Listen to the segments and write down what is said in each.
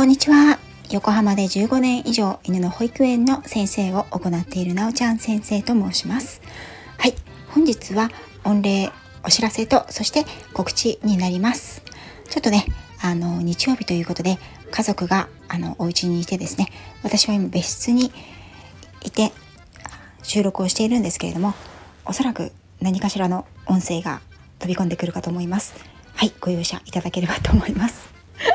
こんにちは。横浜で15年以上犬の保育園の先生を行っているなおちゃん先生と申します。はい、本日は御礼、お知らせとそして告知になります。ちょっとね、日曜日ということで家族がお家にいてですね、私は今別室にいて収録をしているんですけれども、おそらく何かしらの音声が飛び込んでくるかと思います。はい、ご容赦いただければと思います。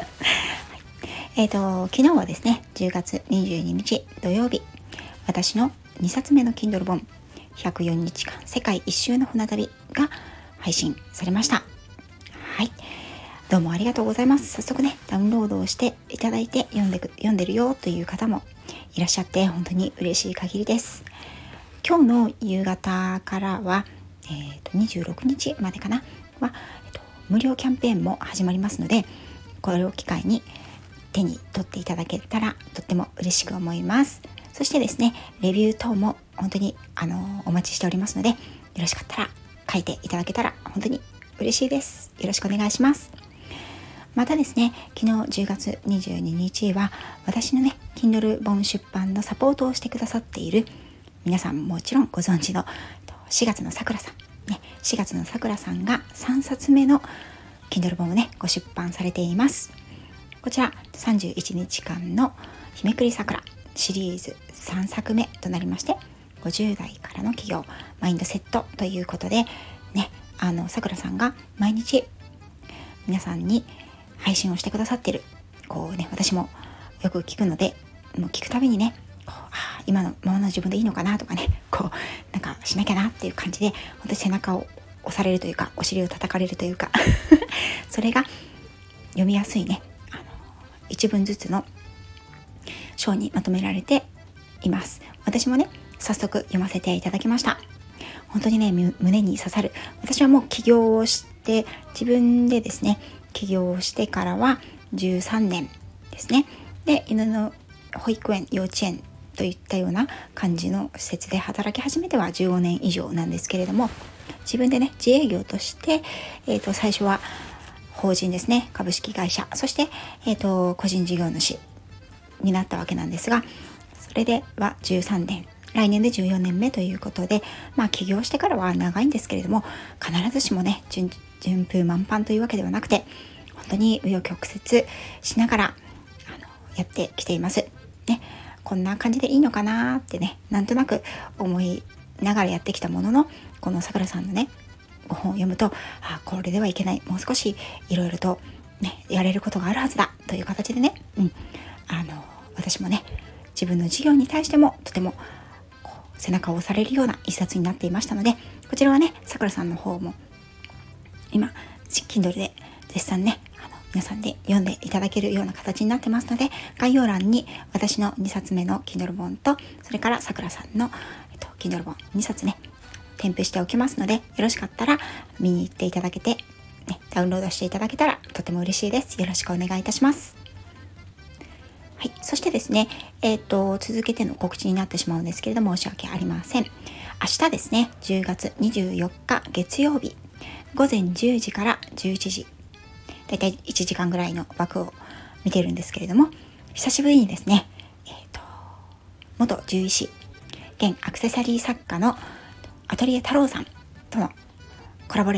昨日はですね、10月22日土曜日、私の2冊目の Kindle 本104日間世界一周の船旅が配信されました。はい、どうもありがとうございます。早速ね、ダウンロードをしていただいて読んでるよという方もいらっしゃって本当に嬉しい限りです。今日の夕方からは、26日までかなは、無料キャンペーンも始まりますので、これを機会に手に取っていただけたらとっても嬉しく思います。そしてですね、レビュー等も本当にお待ちしておりますので、よろしかったら書いていただけたら本当に嬉しいです。よろしくお願いします。またですね、昨日10月22日は私のね Kindle 本出版のサポートをしてくださっている皆さんもちろんご存知の4月のさくらさんね、4月のさくらさんが3冊目の Kindle 本をねご出版されています。こちら31日間の日めくり桜シリーズ3作目となりまして、50代からの起業マインドセットということでね、さくらさんが毎日皆さんに配信をしてくださっている、こうね、私もよく聞くので、もう聞くたびにね、今のままの自分でいいのかなとかね、こうなんかしなきゃなっていう感じで、本当に背中を押されるというか、お尻を叩かれるというかそれが読みやすいね、一文ずつの章にまとめられています。私もね、早速読ませていただきました。本当にね、胸に刺さる。私はもう起業をして自分でですね、起業をしてからは13年ですね。で、犬の保育園、幼稚園といったような感じの施設で働き始めては15年以上なんですけれども、自分でね、自営業として、最初は法人ですね、株式会社、そして、個人事業主になったわけなんですが、それでは13年、来年で14年目ということで、起業してからは長いんですけれども、必ずしもね、順風満帆というわけではなくて、本当に紆余曲折しながらやってきています。ね、こんな感じでいいのかなってね、なんとなく思いながらやってきたものの、このさくらさんのね、ご本を読むと、これではいけない、もう少しいろいろとね、やれることがあるはずだという形でね、私もね、自分の事業に対してもとても背中を押されるような一冊になっていましたので、こちらはね、さくらさんの方も今 Kindle で絶賛ね、皆さんで読んでいただけるような形になってますので、概要欄に私の2冊目の Kindle 本と、それからさくらさんの、Kindle 本2冊ね添付しておきますので、よろしかったら見に行っていただけて、ね、ダウンロードしていただけたらとても嬉しいです。よろしくお願いいたします。はい、そしてですね、続けての告知になってしまうんですけれども、申し訳ありません。明日ですね、10月24日月曜日、午前10時から11時、だいたい1時間ぐらいの枠を見てるんですけれども、久しぶりにですね、元獣医師、現アクセサリー作家のアトリエ太郎さんとのコラボ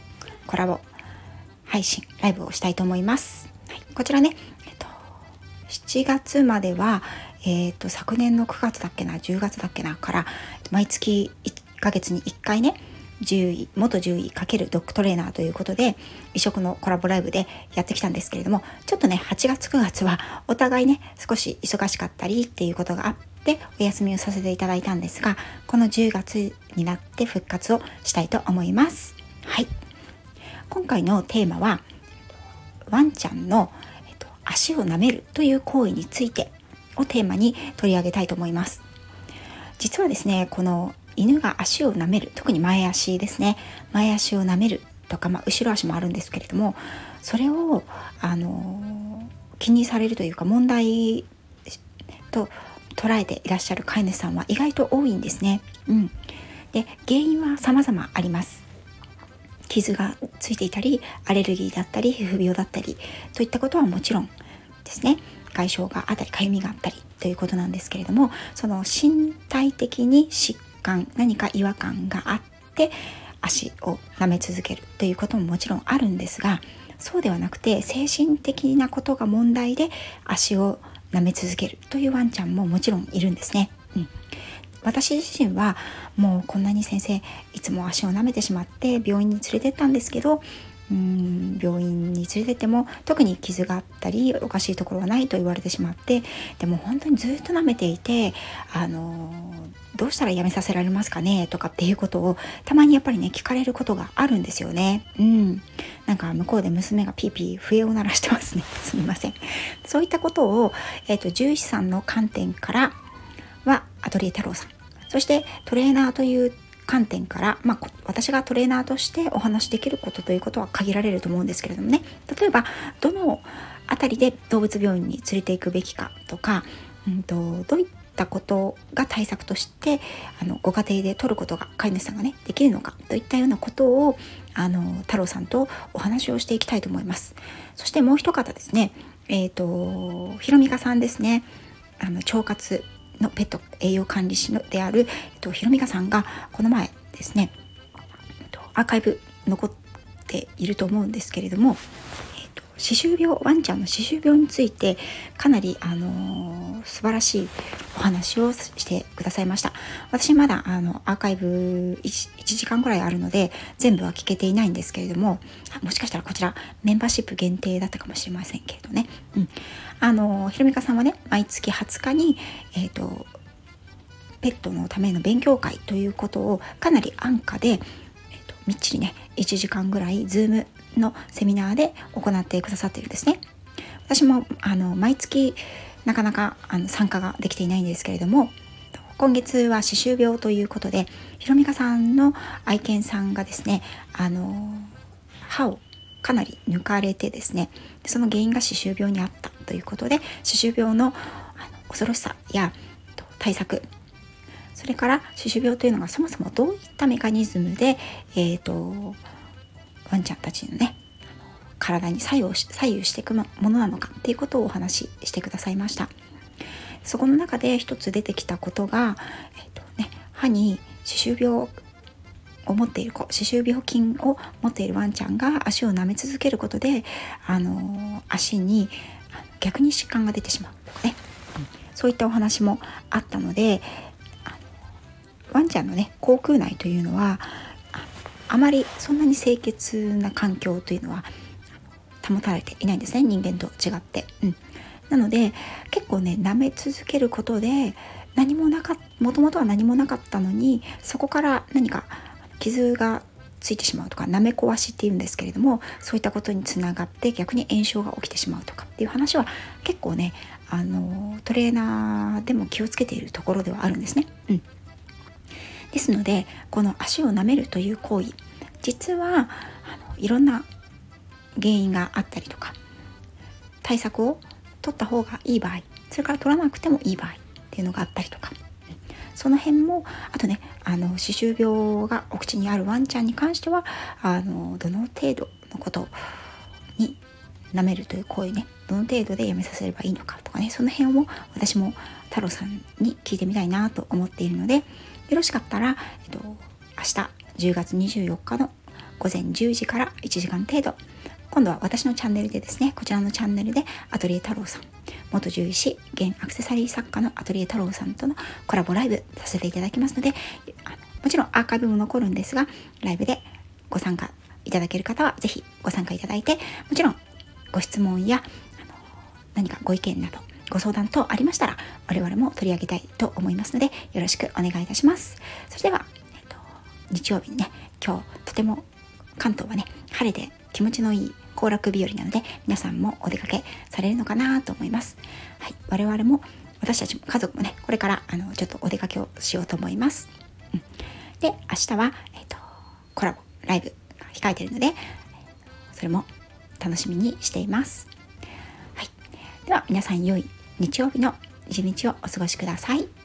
配信ライブをしたいと思います。はい、こちらね、7月までは、昨年の9月だっけな、10月だっけなから毎月1ヶ月に1回ね、元獣医×ドッグトレーナーということで異色のコラボライブでやってきたんですけれども、ちょっとね、8月9月はお互いね、少し忙しかったりっていうことがあってお休みをさせていただいたんですが、この10月になって復活をしたいと思います。はい、今回のテーマはワンちゃんの、足を舐めるという行為についてをテーマに取り上げたいと思います。実はですね、この犬が足を舐める、特に前足ですね、前足を舐めるとか、後ろ足もあるんですけれども、それを気にされるというか問題と捉えていらっしゃる飼い主さんは意外と多いんですね。で、原因は様々あります。傷がついていたり、アレルギーだったり、皮膚病だったりといったことはもちろん、 ですね。外傷があったりかゆみがあったりということなんですけれども、その身体的に疾患、何か違和感があって足を舐め続けるということももちろんあるんですが、そうではなくて精神的なことが問題で足を舐め続けるというワンちゃんももちろんいるんですね。私自身はもうこんなに先生いつも足を舐めてしまって病院に連れてったんですけど、病院に連れてっても特に傷があったりおかしいところはないと言われてしまって、でも本当にずっと舐めていて、どうしたらやめさせられますかねとかっていうことをたまにやっぱりね聞かれることがあるんですよね。なんか向こうで娘がピーピー笛を鳴らしてますね。すみません。そういったことを、獣医師さんの観点からはアトリエ太郎さん、そしてトレーナーという観点から、私がトレーナーとしてお話しできることということは限られると思うんですけれどもね、例えばどのあたりで動物病院に連れて行くべきかとか、どういったことが対策としてご家庭で取ることが飼い主さんがねできるのかといったようなことを太郎さんとお話をしていきたいと思います。そしてもう一方ですね、ひろみかさんですね。腸活のペット栄養管理士である、ひろみかさんがこの前ですね、アーカイブ残っていると思うんですけれども、歯周病、ワンちゃんの歯周病についてかなり、素晴らしいお話をしてくださいました。私まだアーカイブ 1時間ぐらいあるので全部は聞けていないんですけれども、もしかしたらこちらメンバーシップ限定だったかもしれませんけれどね。ひろみかさんはね、毎月20日に、ペットのための勉強会ということをかなり安価で、みっちりね1時間ぐらい Zoom のセミナーで行ってくださっているんですね。私も毎月なかなか参加ができていないんですけれども、今月は歯周病ということで、ひろみかさんの愛犬さんがですね、歯をかなり抜かれてですね、その原因が歯周病にあったということで、歯周病の恐ろしさや対策、それから歯周病というのがそもそもどういったメカニズムで、ワンちゃんたちのね体に左右していくものなのかっていうことをお話ししてくださいました。そこの中で一つ出てきたことが、歯に歯周病を持っている子、歯周病菌を持っているワンちゃんが足を舐め続けることで足に逆に疾患が出てしまうとかね、そういったお話もあったので、ワンちゃんのね口腔内というのはあまりそんなに清潔な環境というのは保たれていないんですね、人間と違って。なので結構ね舐め続けることでもともとは何もなかったのに、そこから何か傷がついてしまうとか、舐め壊しっていうんですけれども、そういったことにつながって逆に炎症が起きてしまうとかっていう話は結構ねトレーナーでも気をつけているところではあるんですね。ですのでこの足を舐めるという行為、実はいろんな原因があったりとか、対策を取った方がいい場合、それから取らなくてもいい場合っていうのがあったりとか、その辺もあとね歯周病がお口にあるワンちゃんに関してはどの程度のことに舐めるという行為ね、どの程度でやめさせればいいのかとかね、その辺を私も太郎さんに聞いてみたいなと思っているので、よろしかったら、明日10月24日の午前10時から1時間程度、今度は私のチャンネルでですね、こちらのチャンネルでアトリエ太郎さん、元獣医師現アクセサリー作家のアトリエ太郎さんとのコラボライブさせていただきますので、もちろんアーカイブも残るんですが、ライブでご参加いただける方はぜひご参加いただいて、もちろんご質問や何かご意見などご相談等ありましたら我々も取り上げたいと思いますので、よろしくお願いいたします。それでは、日曜日にね、今日とても関東はね晴れて気持ちのいい行楽日和なので、皆さんもお出かけされるのかなと思います。我々も私たちも家族もねこれからちょっとお出かけをしようと思います。で明日は、コラボライブが控えているので、それも楽しみにしています。では皆さん良い日曜日の一日をお過ごしください。